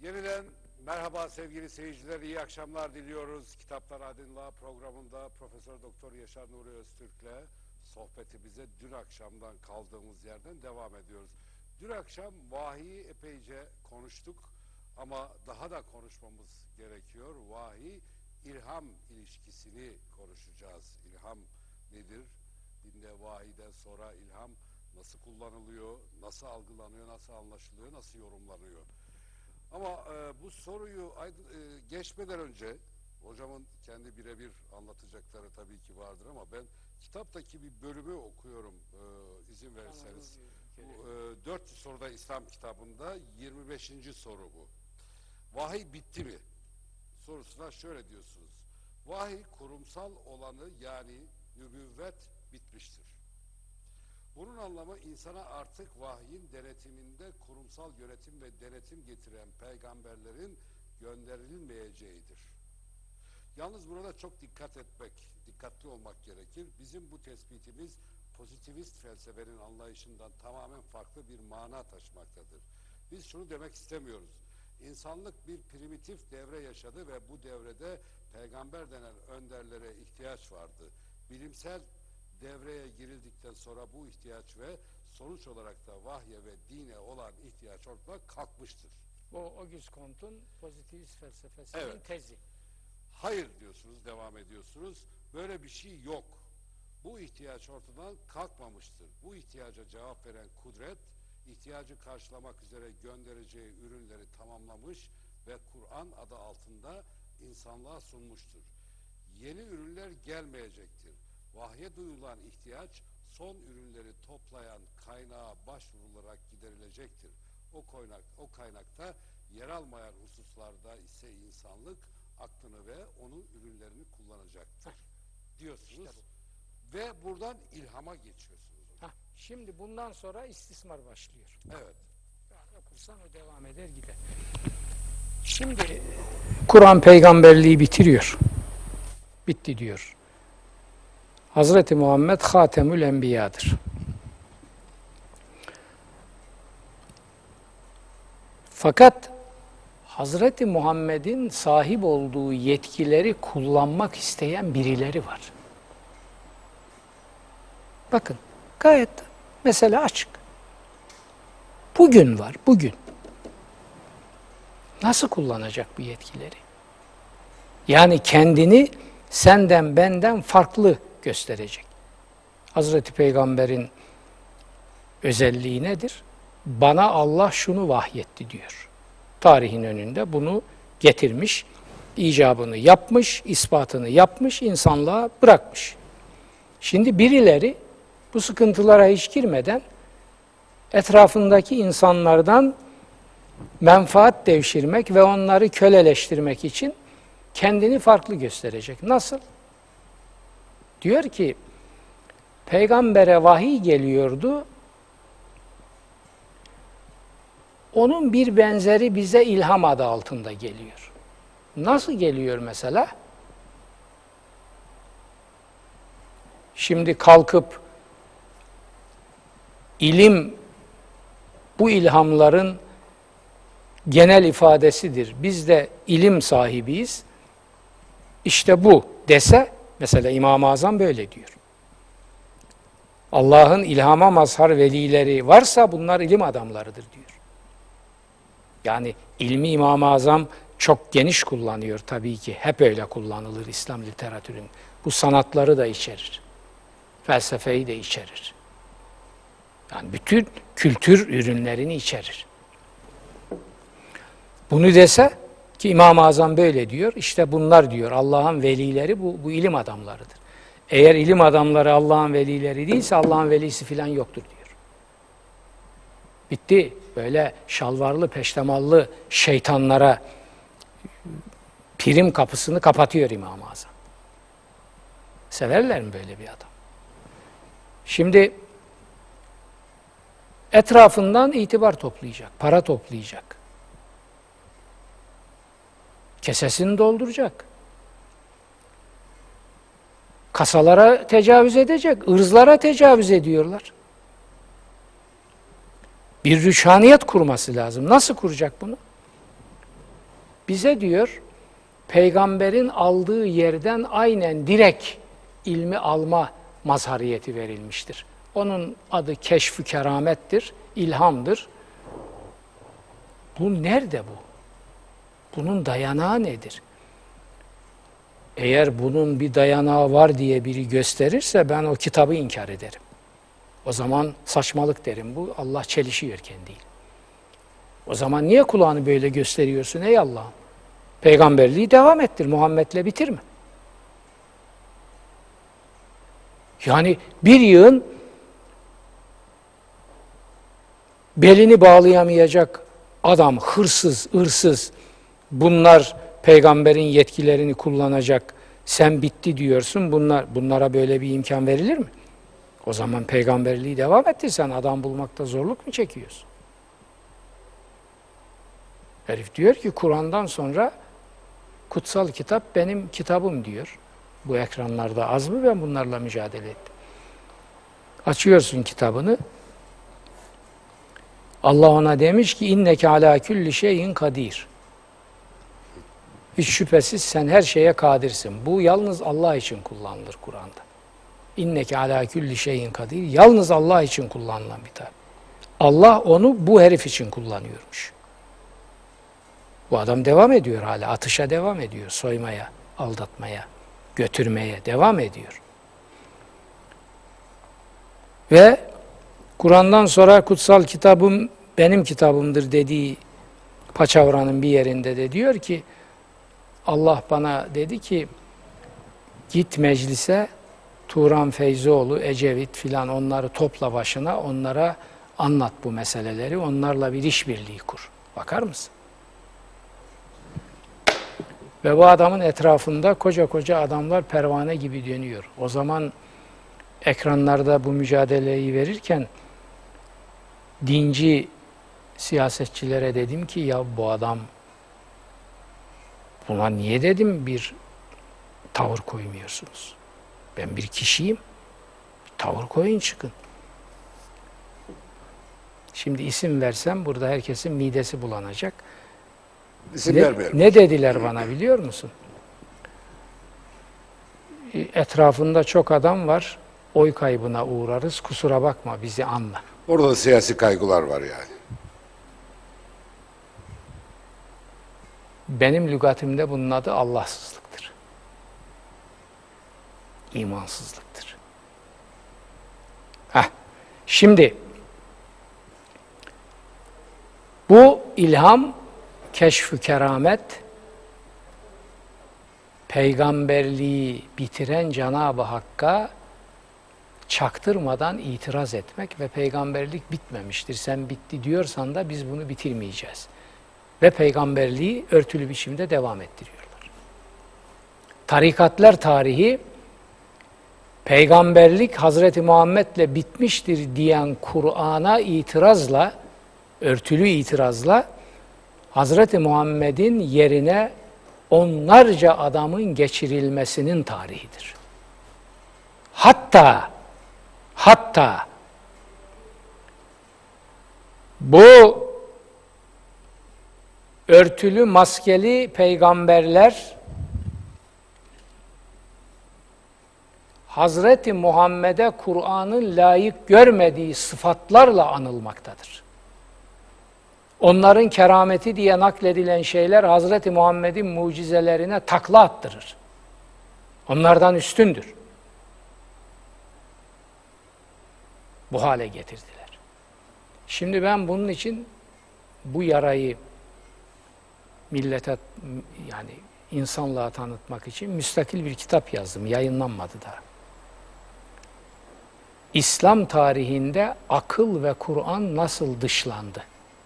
Yeniden merhaba sevgili seyirciler, iyi akşamlar diliyoruz. Kitaplar Adınla programında Profesör Doktor Yaşar Nuri Öztürk'le sohbetimize dün akşamdan kaldığımız yerden devam ediyoruz. Dün akşam vahiyi epeyce konuştuk ama daha da konuşmamız gerekiyor. Vahiy, ilham ilişkisini konuşacağız. İlham nedir? Dinde vahiyden sonra ilham nasıl kullanılıyor, nasıl algılanıyor, nasıl anlaşılıyor, nasıl yorumlanıyor? Ama bu soruyu geçmeden önce hocamın kendi birebir anlatacakları tabii ki vardır ama ben kitaptaki bir bölümü okuyorum izin verirseniz. Bu, 400 soruda İslam kitabında 25. soru bu. Vahiy bitti mi? Sorusuna şöyle diyorsunuz. Vahiy kurumsal olanı yani nübüvvet bitmiştir. Bunun anlamı insana artık vahyin denetiminde kurumsal yönetim ve denetim getiren peygamberlerin gönderilmeyeceğidir. Yalnız burada çok dikkatli olmak gerekir. Bizim bu tespitimiz pozitivist felsefenin anlayışından tamamen farklı bir mana taşımaktadır. Biz şunu demek istemiyoruz. İnsanlık bir primitif devre yaşadı ve bu devrede peygamber denen önderlere ihtiyaç vardı. Bilimsel devreye girildikten sonra bu ihtiyaç ve sonuç olarak da vahye ve dine olan ihtiyaç ortadan kalkmıştır. Bu Auguste Comte'un pozitivist felsefesinin tezi. Hayır diyorsunuz, devam ediyorsunuz. Böyle bir şey yok. Bu ihtiyaç ortadan kalkmamıştır. Bu ihtiyaca cevap veren kudret, ihtiyacı karşılamak üzere göndereceği ürünleri tamamlamış ve Kur'an adı altında insanlığa sunmuştur. Yeni ürünler gelmeyecektir. Vahye duyulan ihtiyaç son ürünleri toplayan kaynağa başvurularak giderilecektir. O kaynakta yer almayan hususlarda ise insanlık aklını ve onun ürünlerini kullanacaktır. Diyorsunuz işte ve buradan ilhama geçiyorsunuz. Şimdi bundan sonra istismar başlıyor. Evet. Yani okursan o devam eder gider. Şimdi Kur'an peygamberliği bitiriyor. Bitti diyor. Hazreti Muhammed Hatemül Enbiya'dır. Fakat Hazreti Muhammed'in sahip olduğu yetkileri kullanmak isteyen birileri var. Bakın, gayet mesele açık. Bugün var, bugün. Nasıl kullanacak bu yetkileri? Yani kendini senden benden farklı gösterecek. Hazreti Peygamber'in özelliği nedir? Bana Allah şunu vahyetti diyor. Tarihin önünde bunu getirmiş, icabını yapmış, ispatını yapmış, insanlığa bırakmış. Şimdi birileri bu sıkıntılara hiç girmeden etrafındaki insanlardan menfaat devşirmek ve onları köleleştirmek için kendini farklı gösterecek. Nasıl? Diyor ki, peygambere vahiy geliyordu, onun bir benzeri bize ilham adı altında geliyor. Nasıl geliyor mesela? Şimdi kalkıp ilim bu ilhamların genel ifadesidir. Biz de ilim sahibiyiz. İşte bu dese, mesela İmam-ı Azam böyle diyor. Allah'ın ilhama mazhar velileri varsa bunlar ilim adamlarıdır diyor. Yani ilmi İmam-ı Azam çok geniş kullanıyor tabii ki. Hep öyle kullanılır İslam literatürün. Bu sanatları da içerir. Felsefeyi de içerir. Yani bütün kültür ürünlerini içerir. Bunu dese ki İmam-ı Azam böyle diyor. İşte bunlar diyor Allah'ın velileri bu ilim adamlarıdır. Eğer ilim adamları Allah'ın velileri değilse Allah'ın velisi filan yoktur diyor. Bitti. Böyle şalvarlı, peştemallı şeytanlara prim kapısını kapatıyor İmam-ı Azam. Severler mi böyle bir adam? Şimdi etrafından itibar toplayacak, para toplayacak. Kesesini dolduracak. Kasalara tecavüz edecek, ırzlara tecavüz ediyorlar. Bir rüçhaniyet kurması lazım. Nasıl kuracak bunu? Bize diyor, peygamberin aldığı yerden aynen direkt ilmi alma mazhariyeti verilmiştir. Onun adı keşf-ü keramettir, ilhamdır. Bu nerede bu? Bunun dayanağı nedir? Eğer bunun bir dayanağı var diye biri gösterirse ben o kitabı inkar ederim. O zaman saçmalık derim. Bu Allah çelişiyor kendiyle. O zaman niye kulağını böyle gösteriyorsun ey Allah'ım? Peygamberliği devam ettir, Muhammed'le bitirme. Yani bir yığın belini bağlayamayacak adam, hırsız, ırsız, bunlar peygamberin yetkilerini kullanacak, sen bitti diyorsun, bunlara böyle bir imkan verilir mi? O zaman peygamberliği devam ettirsen adam bulmakta zorluk mu çekiyorsun? Herif diyor ki Kur'an'dan sonra kutsal kitap benim kitabım diyor. Bu ekranlarda az mı ben bunlarla mücadele ettim. Açıyorsun kitabını. Allah ona demiş ki inneke ala külli şeyin kadir. Hiç şüphesiz sen her şeye kadirsin. Bu yalnız Allah için kullanılır Kur'an'da. İnneke ala külli şeyin kadir. Yalnız Allah için kullanılan bir tabir. Allah onu bu herif için kullanıyormuş. Bu adam devam ediyor hala. Atışa devam ediyor. Soymaya, aldatmaya, götürmeye devam ediyor. Ve Kur'an'dan sonra kutsal kitabım benim kitabımdır dediği paçavranın bir yerinde de diyor ki Allah bana dedi ki git meclise Turan Feyzoğlu, Ecevit filan onları topla başına, onlara anlat bu meseleleri, onlarla bir işbirliği kur. Bakar mısın? Ve bu adamın etrafında koca koca adamlar pervane gibi dönüyor. O zaman ekranlarda bu mücadeleyi verirken dinci siyasetçilere dedim ki ya bu adam buna niye dedim bir tavır koymuyorsunuz? Ben bir kişiyim. Bir tavır koyun çıkın. Şimdi isim versem burada herkesin midesi bulanacak. Ne dediler bana biliyor musun? Etrafında çok adam var. Oy kaybına uğrarız. Kusura bakma bizi anla. Orada da siyasi kaygılar var yani. Benim lügatimde bunun adı Allahsızlıktır. İmansızlıktır. Şimdi bu ilham, keşf-ü keramet, peygamberliği bitiren Cenab-ı Hakk'a çaktırmadan itiraz etmek ve peygamberlik bitmemiştir. Sen bitti diyorsan da biz bunu bitirmeyeceğiz. Ve peygamberliği örtülü biçimde devam ettiriyorlar. Tarikatlar tarihi peygamberlik Hazreti Muhammed'le bitmiştir diyen Kur'an'a itirazla, örtülü itirazla Hazreti Muhammed'in yerine onlarca adamın geçirilmesinin tarihidir. Hatta bu örtülü, maskeli peygamberler Hazreti Muhammed'e Kur'an'ın layık görmediği sıfatlarla anılmaktadır. Onların kerameti diye nakledilen şeyler Hazreti Muhammed'in mucizelerine takla attırır. Onlardan üstündür. Bu hale getirdiler. Şimdi ben bunun için bu yarayı millete yani insanlığa tanıtmak için müstakil bir kitap yazdım. Yayınlanmadı da. İslam tarihinde akıl ve Kur'an nasıl dışlandı?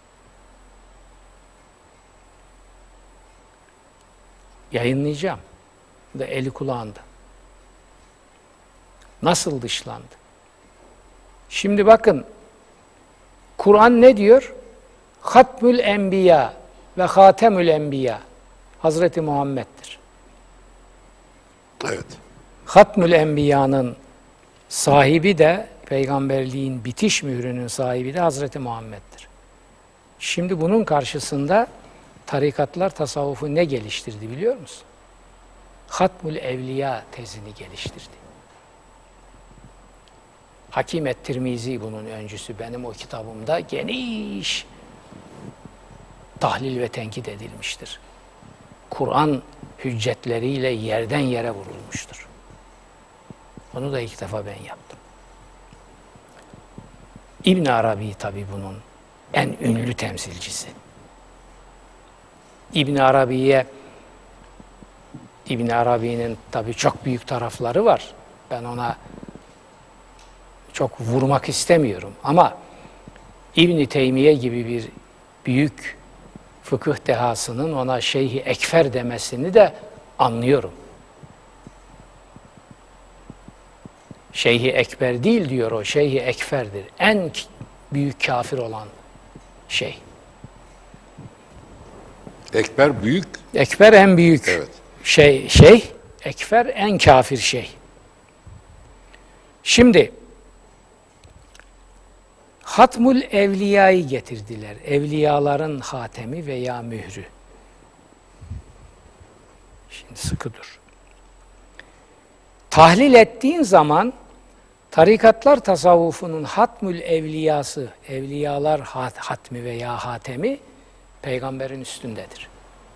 Yayınlayacağım. Bu da eli kulağında. Nasıl dışlandı? Şimdi bakın, Kur'an ne diyor? Hatmül Enbiya ve Hatemül Enbiya Hazreti Muhammed'dir. Evet. Hatmül Enbiya'nın sahibi de, peygamberliğin bitiş mührünün sahibi de Hazreti Muhammed'dir. Şimdi bunun karşısında tarikatlar tasavvufu ne geliştirdi biliyor musun? Hatmül Evliya tezini geliştirdi. Hakim et-Tirmizi bunun öncüsü. Benim o kitabımda geniş tahlil ve tenkit edilmiştir. Kur'an hüccetleriyle yerden yere vurulmuştur. Onu da ilk defa ben yaptım. İbn Arabi tabii bunun en ünlü temsilcisi. İbn Arabi'nin tabii çok büyük tarafları var. Ben ona çok vurmak istemiyorum ama İbn Teymiye gibi bir büyük fıkıh dehasının ona Şeyh-i Ekfer demesini de anlıyorum. Şeyh-i Ekber değil diyor o, Şeyh-i Ekfer'dir. En büyük kafir olan şey. Ekber büyük. Ekber en büyük Evet. şey, Ekfer en kafir şey. Şimdi Hatmul Evliya'yı getirdiler. Evliyaların hatemi veya mührü. Şimdi sıkı dur. Tahlil ettiğin zaman tarikatlar tasavvufunun Hatmül Evliyası, evliyalar hatmi veya hatemi peygamberin üstündedir.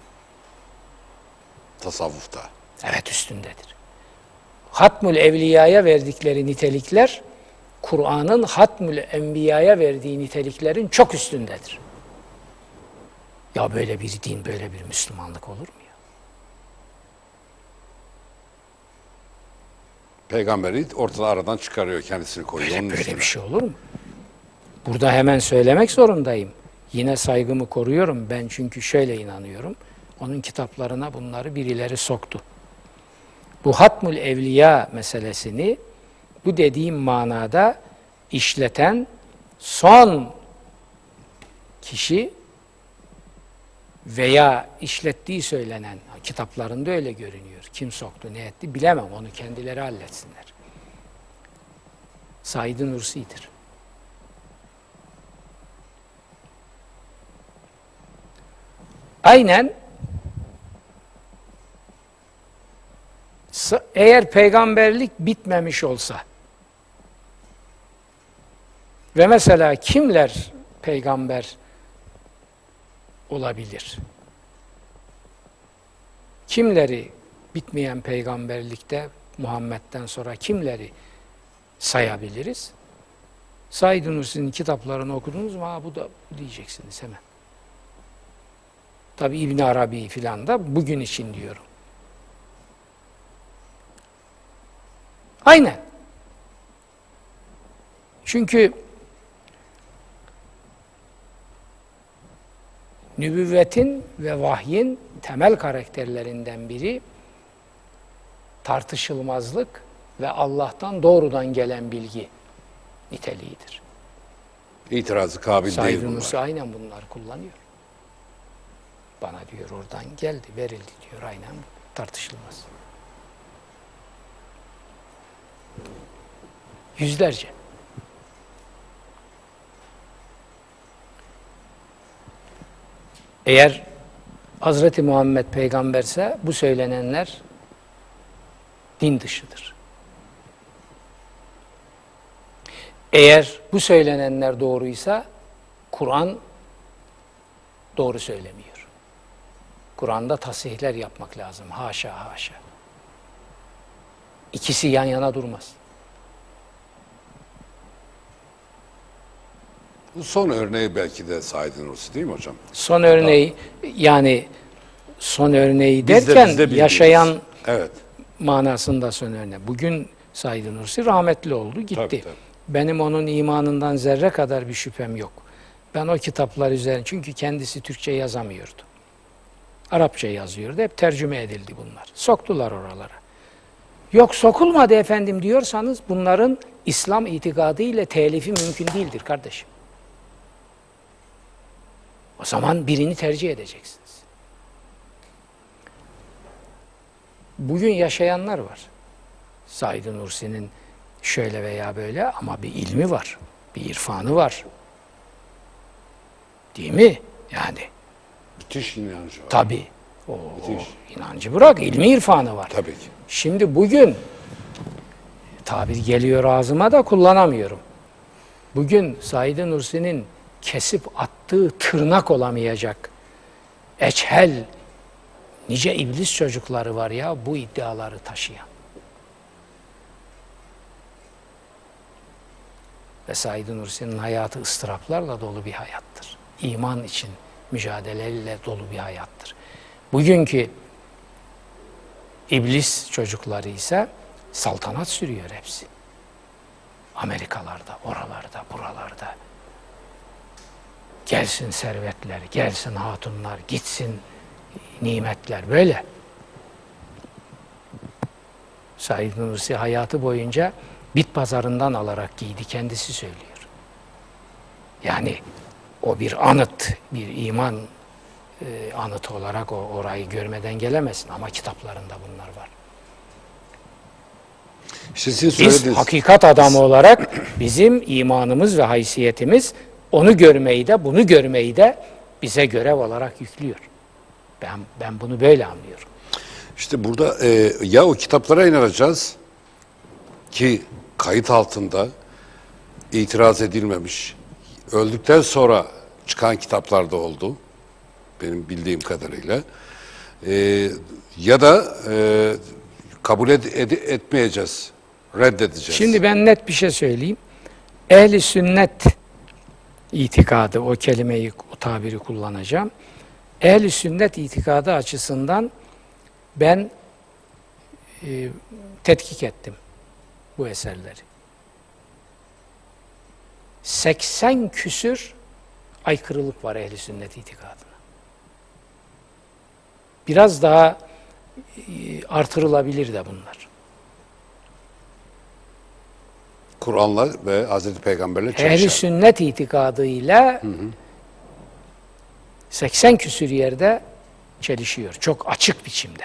Tasavvufta. Evet, üstündedir. Hatmül Evliya'ya verdikleri nitelikler Kur'an'ın Hatmül Enbiya'ya verdiği niteliklerin çok üstündedir. Ya böyle bir din, böyle bir Müslümanlık olur mu ya? Peygamberi ortada aradan çıkarıyor, kendisini koyuyor. Onun Böyle üstüne. bir şey olur mu? Burada hemen söylemek zorundayım. Yine saygımı koruyorum. Ben çünkü şöyle inanıyorum. Onun kitaplarına bunları birileri soktu. Bu Hatmül Evliya meselesini bu dediğim manada işleten son kişi veya işlettiği söylenen, kitaplarında öyle görünüyor. Kim soktu, ne etti bilemem. Onu kendileri halletsinler. Said-i Nursi'dir. Aynen eğer peygamberlik bitmemiş olsa ve mesela kimler peygamber olabilir? Kimleri bitmeyen peygamberlikte Muhammed'den sonra kimleri sayabiliriz? Said-i Nursi'nin kitaplarını okudunuz mu? Bu da diyeceksiniz hemen. Tabi İbn Arabi filan da bugün için diyorum. Aynen. Çünkü nübüvvetin ve vahyin temel karakterlerinden biri tartışılmazlık ve Allah'tan doğrudan gelen bilgi niteliğidir. İtirazı kabil değil Said-i bunlar. Nursi aynen bunları kullanıyor. Bana diyor oradan geldi, verildi diyor, aynen tartışılmaz. Yüzlerce. Eğer Hazreti Muhammed peygamberse bu söylenenler din dışıdır. Eğer bu söylenenler doğruysa Kur'an doğru söylemiyor. Kur'an'da tasihler yapmak lazım. Haşa haşa. İkisi yan yana durmaz. Bu son örneği belki de Said-i Nursi değil mi hocam? Son örneği yani son örneği Bizde derken bildiğimiz. yaşayan Evet. manasında son örneği. Bugün Said-i Nursi rahmetli oldu, gitti. Tabii, tabii. Benim onun imanından zerre kadar bir şüphem yok. Ben o kitaplar üzerine, çünkü kendisi Türkçe yazamıyordu. Arapça yazıyordu. Hep tercüme edildi bunlar. Soktular oralara. Yok sokulmadı efendim diyorsanız bunların İslam itikadı ile telifi mümkün değildir kardeşim. O zaman birini tercih edeceksiniz. Bugün yaşayanlar var. Said-i Nursi'nin şöyle veya böyle ama bir ilmi var. Bir irfanı var. Değil mi? Yani Müthiş inancı var. Tabii. O Müthiş. inancı bırak, ilmi irfanı var. Tabii ki. Şimdi bugün, tabir geliyor ağzıma da kullanamıyorum. Bugün Said Nursi'nin kesip attığı tırnak olamayacak eçhel nice iblis çocukları var ya bu iddiaları taşıyan. Ve Said Nursi'nin hayatı ıstıraplarla dolu bir hayattır. İman için mücadeleyle dolu bir hayattır. Bugünkü iblis çocukları ise saltanat sürüyor hepsi. Amerikalarda, oralarda, buralarda. Gelsin servetler, gelsin hatunlar, gitsin nimetler, böyle. Said Nursi hayatı boyunca bit pazarından alarak giydi, kendisi söylüyor. Yani o bir anıt, bir iman anıtı olarak orayı görmeden gelemezsin ama kitaplarında bunlar var. İşte siz Biz söylediniz. hakikat adamı olarak bizim imanımız ve haysiyetimiz onu görmeyi de bunu görmeyi de bize görev olarak yüklüyor. Ben bunu böyle anlıyorum. İşte burada ya o kitaplara inanacağız ki kayıt altında itiraz edilmemiş. Öldükten sonra çıkan kitaplar da oldu. Benim bildiğim kadarıyla. Ya da kabul etmeyeceğiz. Reddedeceğiz. Şimdi ben net bir şey söyleyeyim. Ehli sünnet itikadı, o kelimeyi, o tabiri kullanacağım. Ehli sünnet itikadı açısından ben tetkik ettim bu eserleri. 80 küsür aykırılık var ehli sünnet itikadına. Biraz daha artırılabilir de bunlar. Kur'an'la ve Hazreti Peygamber'le çelişen. Ehli sünnet itikadıyla 80 küsür yerde çelişiyor. Çok açık biçimde.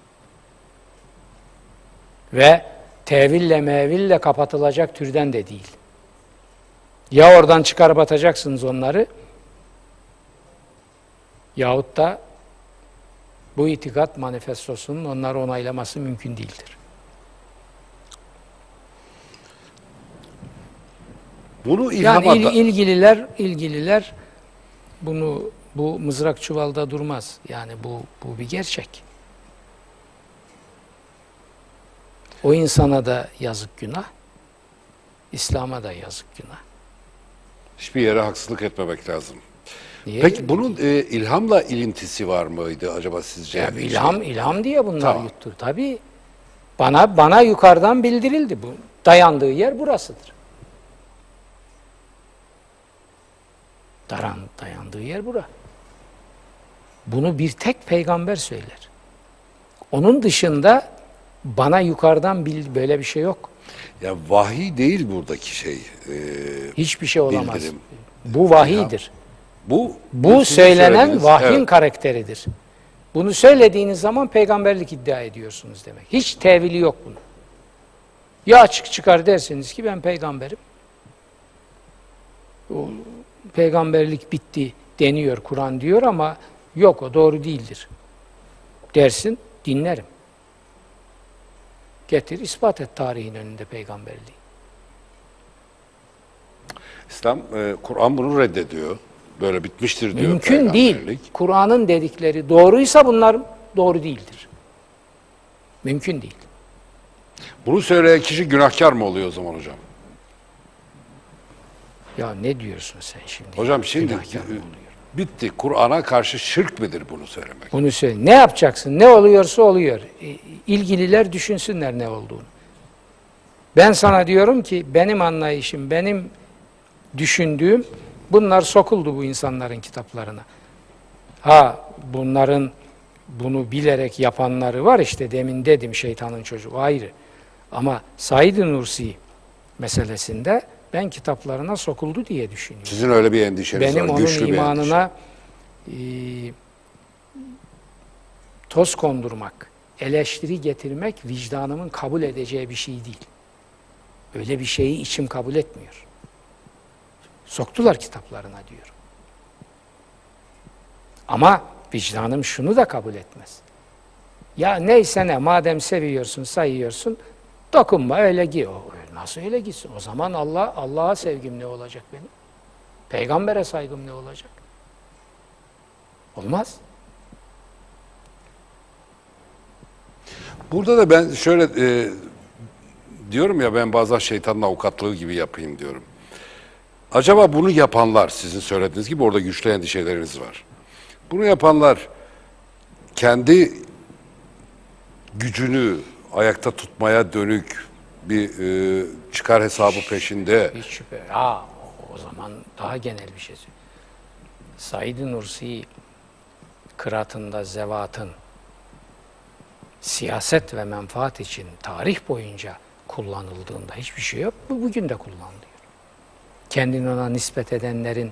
Ve teville meville kapatılacak türden de değil. Ya oradan çıkarıp atacaksınız onları yahut da bu itikat manifestosunun onları onaylaması mümkün değildir. Bunu Yani ilgililer bu mızrak çuvalda durmaz. Yani bu bir gerçek. O insana da yazık günah, İslam'a da yazık günah. hiçbir yere haksızlık etmemek lazım. Niye? Peki bunun ilhamla ilintisi var mıydı acaba sizce? Ya ilham diye bunlar Tamam. yuttur. Tabii bana yukarıdan bildirildi bu. Dayandığı yer burasıdır. Dayandığı yer bura. Bunu bir tek peygamber söyler. Onun dışında bana yukarıdan böyle bir şey yok. Ya vahiy değil buradaki şey. Hiçbir şey olamaz. Bildirim. Bu vahiydir. Bu Bu sizin söylenen söylediğiniz, vahyin evet. karakteridir. Bunu söylediğiniz zaman peygamberlik iddia ediyorsunuz demek. Hiç tevili yok bunun. Ya açık çıkar dersiniz ki ben peygamberim. O peygamberlik bitti deniyor, Kur'an diyor ama yok o doğru değildir. Dersin, dinlerim. Getir, ispat et tarihin önünde peygamberliği. İslam, Kur'an bunu reddediyor. Böyle bitmiştir diyor Mümkün değil. peygamberlik. Kur'an'ın dedikleri doğruysa bunlar doğru değildir. Mümkün değil. Bunu söyleyen kişi günahkar mı oluyor o zaman hocam? Ya ne diyorsun sen şimdi? Hocam şimdi Günahkar mı oluyor? bitti. Kur'an'a karşı şirk midir bunu söylemek? Bunu söyle. Ne yapacaksın? Ne oluyorsa oluyor. İlgililer düşünsünler ne olduğunu. Ben sana diyorum ki benim anlayışım, benim düşündüğüm bunlar sokuldu bu insanların kitaplarına. Bunların bunu bilerek yapanları var işte demin dedim şeytanın çocuğu ayrı. Ama Said Nursi meselesinde ben kitaplarına sokuldu diye düşünüyorum. Sizin öyle bir endişeniz Benim var. onun Güçlü bir endişe. imanına toz kondurmak, eleştiri getirmek vicdanımın kabul edeceği bir şey değil. Öyle bir şeyi içim kabul etmiyor. Soktular kitaplarına diyor. Ama vicdanım şunu da kabul etmez. Ya neyse ne, madem seviyorsun, sayıyorsun, dokunma, öyle gi. Nasıl öyle gitsin? O zaman Allah'a sevgim ne olacak benim? Peygambere saygım ne olacak? Olmaz. Burada da ben şöyle diyorum ya, ben bazen şeytanın avukatlığı gibi yapayım diyorum. Acaba bunu yapanlar, sizin söylediğiniz gibi orada güçlü endişeleriniz var. Bunu yapanlar kendi gücünü ayakta tutmaya dönük bir çıkar hesabı peşinde. Hiç şüphe. O zaman daha genel bir şey söyleyeyim. Said-i Nursi kıraatında zevatın siyaset ve menfaat için tarih boyunca kullanıldığında hiçbir şey yok. Bu bugün de kullanılıyor. Kendini ona nispet edenlerin,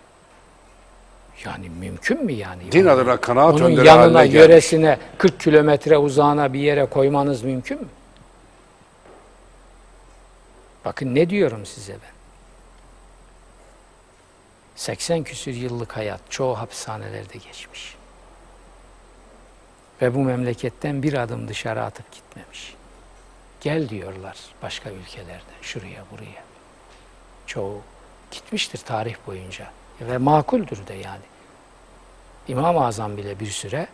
yani mümkün mü yani? Din adına kanaat onun önderi yanına, haline gelmiş. yöresine 40 kilometre uzağına bir yere koymanız mümkün mü? Bakın ne diyorum size ben. 80 küsür yıllık hayat çoğu hapishanelerde geçmiş. Ve bu memleketten bir adım dışarı atıp gitmemiş. Gel diyorlar başka ülkelerden, şuraya buraya. Çoğu gitmiştir tarih boyunca. Ve makuldür de yani. İmam-ı Azam bile bir süre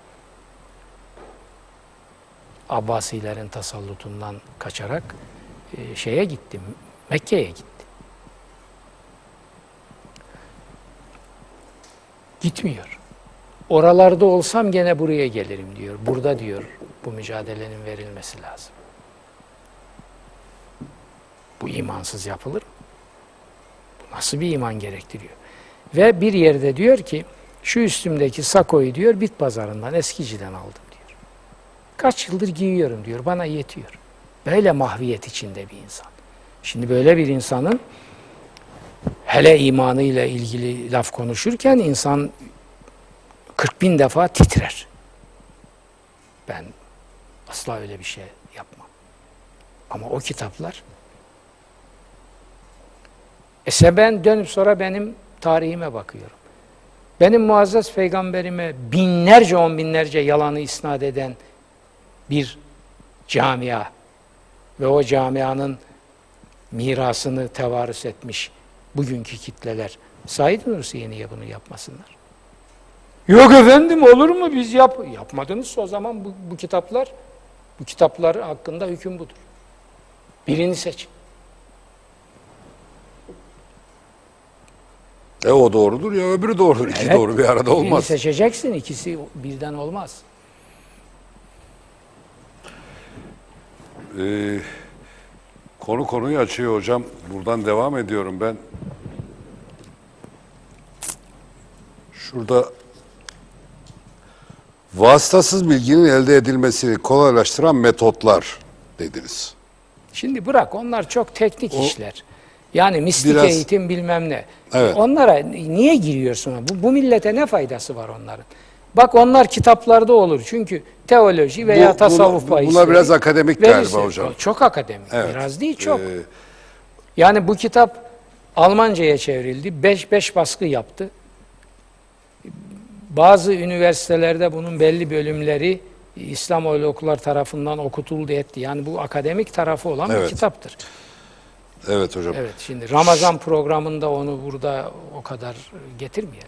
Abbasilerin tasallutundan kaçarak şeye gitti, Mekke'ye gitti. Gitmiyor. Oralarda olsam gene buraya gelirim diyor. Burada diyor bu mücadelenin verilmesi lazım. Bu imansız yapılır mı? Bu nasıl bir iman gerektiriyor? Ve bir yerde diyor ki şu üstümdeki sakoyu diyor bit pazarından, eskiciden aldım diyor. Kaç yıldır giyiyorum diyor, bana yetiyor. Böyle mahviyet içinde bir insan. Şimdi böyle bir insanın hele imanıyla ilgili laf konuşurken insan 40.000 defa titrer. Ben asla öyle bir şey yapmam. Ama o kitaplar ben dönüp sonra benim tarihime bakıyorum. Benim muazzez peygamberime binlerce, on binlerce yalanı isnat eden bir camia ve o camianın mirasını tevarüs etmiş bugünkü kitleler Said Nursi'ye niye bunu yapmasınlar? Yok efendim, olur mu, biz yapmadınızsa o zaman bu kitaplar hakkında hüküm budur. Birini seçin. O doğrudur ya öbürü doğrudur. İki doğru bir arada olmaz. Birini seçeceksin, ikisi birden olmaz. Konu konuyu açıyor hocam. Buradan devam ediyorum ben. Şurada vasıtasız bilginin elde edilmesini kolaylaştıran metotlar dediniz. Şimdi bırak, onlar çok teknik işler. Yani mistik biraz, eğitim bilmem ne. Evet. Onlara niye giriyorsun? Bu millete ne faydası var onların? Bak onlar kitaplarda olur. Çünkü teoloji veya tasavvuf bahisi. Bunlar biraz akademik galiba hocam. Çok akademik. Evet. Biraz değil, çok. Yani bu kitap Almanca'ya çevrildi. 5 baskı yaptı. Bazı üniversitelerde bunun belli bölümleri İslamoğlu tarafından okutuldu etti. Yani bu akademik tarafı olan bir kitaptır. Evet hocam. Evet, şimdi Ramazan programında onu burada o kadar getirmeyelim.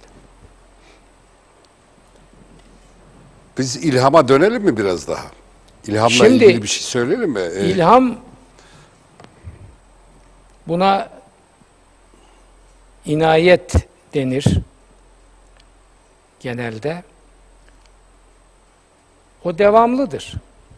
Biz ilhama dönelim mi biraz daha? İlhamla şimdi, ilgili bir şey söyleyelim mi? İlham, buna inayet denir genelde. O devamlıdır.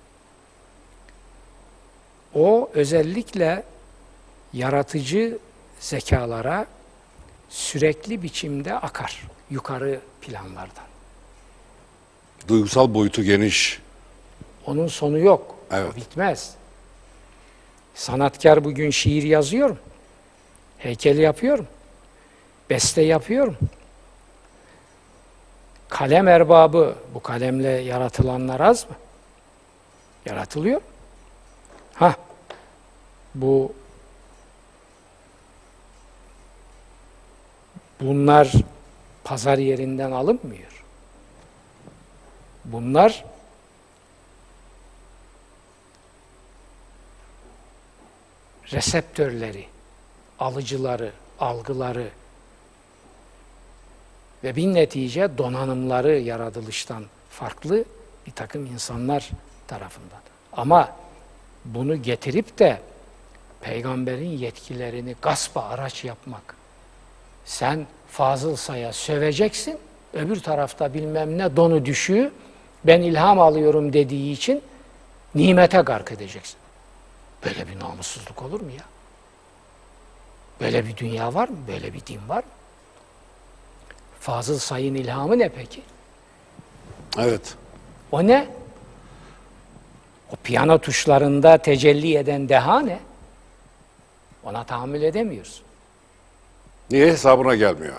O özellikle yaratıcı zekalara sürekli biçimde akar yukarı planlardan. Duygusal boyutu geniş. Onun sonu yok. Evet. O bitmez. Sanatkar bugün şiir yazıyorum. Heykel yapıyorum. Beste yapıyorum. Kalem erbabı, bu kalemle yaratılanlar az mı? Yaratılıyor. Bunlar pazar yerinden alınmıyor. bunlar reseptörleri, alıcıları, algıları ve bir netice donanımları yaratılıştan farklı bir takım insanlar tarafından. Ama bunu getirip de peygamberin yetkilerini gaspa araç yapmak, sen Fazıl Say'a söveceksin, öbür tarafta bilmem ne donu düşüğü, ben ilham alıyorum dediği için nimete gark edeceksin. Böyle bir namussuzluk olur mu ya? Böyle bir dünya var mı? Böyle bir din var mı? Fazıl Say'ın ilhamı ne peki? Evet. O ne? O piyano tuşlarında tecelli eden deha ne? Ona tahammül edemiyoruz. Niye hesabına gelmiyor?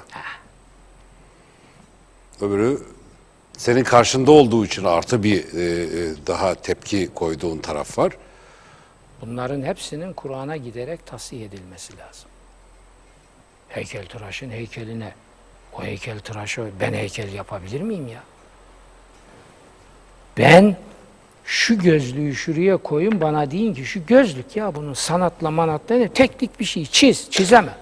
Öbürü senin karşında olduğu için artı bir daha tepki koyduğun taraf var. Bunların hepsinin Kur'an'a giderek tasih edilmesi lazım. Heykeltıraşın heykeline, o heykeltıraşı ben heykel yapabilir miyim ya? Ben şu gözlüğü şuraya koyun, bana deyin ki şu gözlük ya, bunun sanatla manatla ne? Teknik bir şey, çizemem.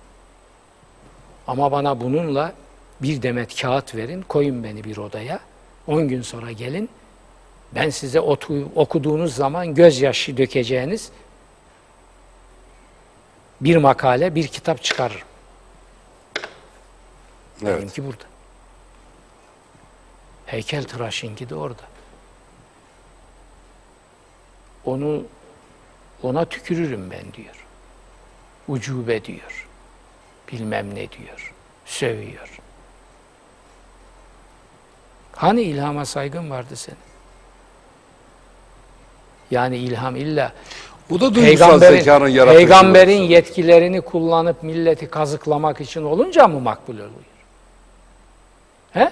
Ama bana bununla bir demet kağıt verin, koyun beni bir odaya, 10 gün sonra gelin, ben size okuduğunuz zaman gözyaşı dökeceğiniz bir makale, bir kitap çıkarırım. Evet. Benimki burada. Heykeltıraşınki de orada. Ona tükürürüm ben diyor. Ucube diyor. Bilmem ne diyor. Sövüyor. Hani ilhama saygın vardı senin? Yani ilham illa Bu da duygusal zekanın yaratıcılığı. peygamberin yetkilerini kullanıp milleti kazıklamak için olunca mı makbul oluyor? He?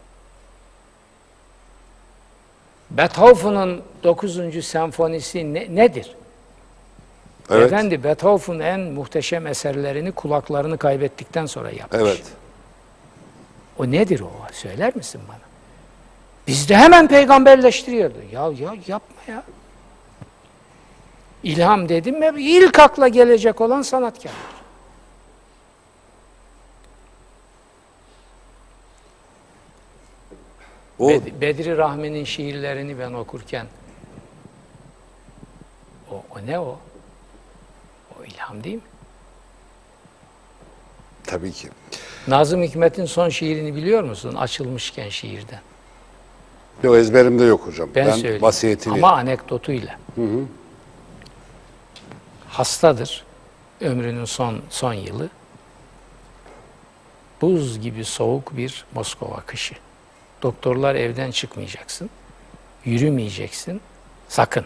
Beethoven'ın 9. senfonisi nedir? Evet. Efendi, Beethoven en muhteşem eserlerini kulaklarını kaybettikten sonra yapmış. Evet. O nedir o? Söyler misin bana? Bizde hemen peygamberleştiriyordu. Ya yapma ya. İlham dedim mi ilk akla gelecek olan sanatkardır. Bedri Rahmi'nin şiirlerini ben okurken o ne o? O ilham değil mi? Tabii ki. Nazım Hikmet'in son şiirini biliyor musun? Açılmışken şiirden. Yok, ezberimde yok hocam. Ben söyleyeyim. Vasiyetini... Ama anekdotuyla. Hı. Hastadır. Ömrünün son yılı. Buz gibi soğuk bir Moskova kışı. Doktorlar evden çıkmayacaksın. Yürümeyeceksin. Sakın.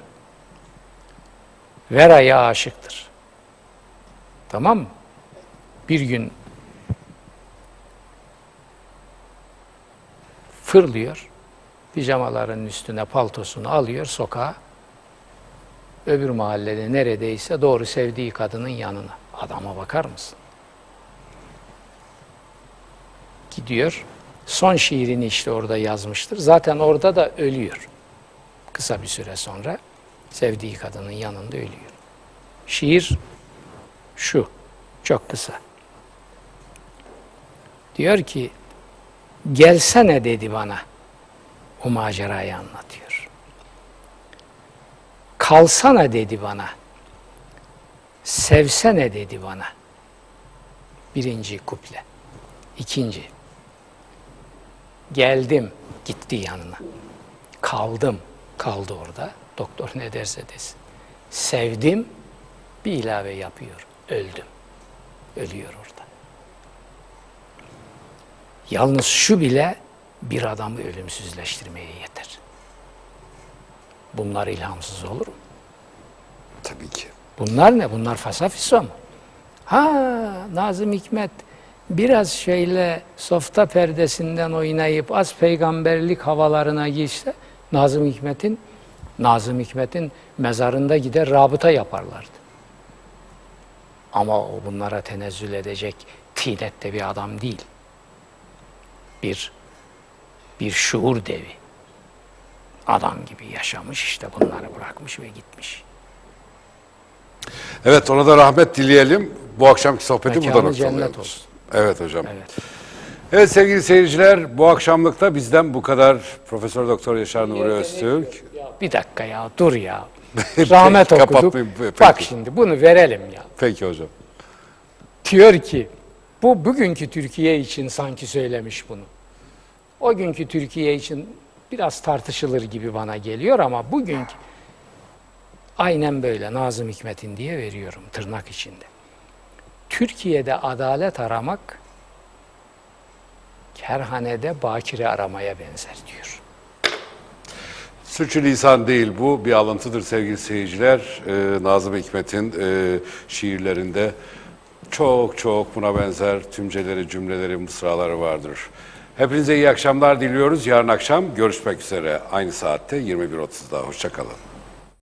Vera'ya aşıktır. Tamam mı? Bir gün fırlıyor. Pijamaların üstüne paltosunu alıyor sokağa. Öbür mahallede neredeyse doğru sevdiği kadının yanına. Adama bakar mısın? Gidiyor. Son şiirini işte orada yazmıştır. Zaten orada da ölüyor. Kısa bir süre sonra sevdiği kadının yanında ölüyor. Şiir şu. Çok kısa. Diyor ki, gelsene dedi bana. O macerayı anlatıyor. Kalsana dedi bana. Sevsene dedi bana. Birinci kuple. İkinci. Geldim, gitti yanına. Kaldım, kaldı orada. Doktor ne derse desin. Sevdim, bir ilave yapıyor. Öldüm. Ölüyor orada. Yalnız şu bile bir adamı ölümsüzleştirmeye yeter. Bunlar ilhamsız olur mu? Tabii ki. Bunlar ne? Bunlar fasafiso mu? Nazım Hikmet biraz şöyle softa perdesinden oynayıp az peygamberlik havalarına girse Nazım Hikmet'in mezarında gider rabıta yaparlardı. Ama o bunlara tenezzül edecek tinette bir adam değil. Bir şuur devi. Adam gibi yaşamış, işte bunları bırakmış ve gitmiş. Evet, ona da rahmet dileyelim. Bu akşamki sohbeti Mekanı burada cennet noktalayalım. olsun. Evet hocam. Evet. Evet sevgili seyirciler, bu akşamlıkta bizden bu kadar. Profesör Doktor Yaşar Nuri Öztürk. Bir dakika ya, dur ya. Rahmet okuduk. Kapatmayın, peki. Bak şimdi bunu verelim ya. Peki hocam. Diyor ki, bu bugünkü Türkiye için sanki söylemiş bunu. O günkü Türkiye için biraz tartışılır gibi bana geliyor ama bugünkü aynen böyle Nazım Hikmet'in diye veriyorum tırnak içinde. Türkiye'de adalet aramak kerhanede bakire aramaya benzer diyor. Sürçülisan değil bu, bir alıntıdır sevgili seyirciler. Nazım Hikmet'in şiirlerinde çok çok buna benzer tümceleri, cümleleri, mısraları vardır. Hepinize iyi akşamlar diliyoruz. Yarın akşam görüşmek üzere. Aynı saatte 21.30'da. Hoşça kalın.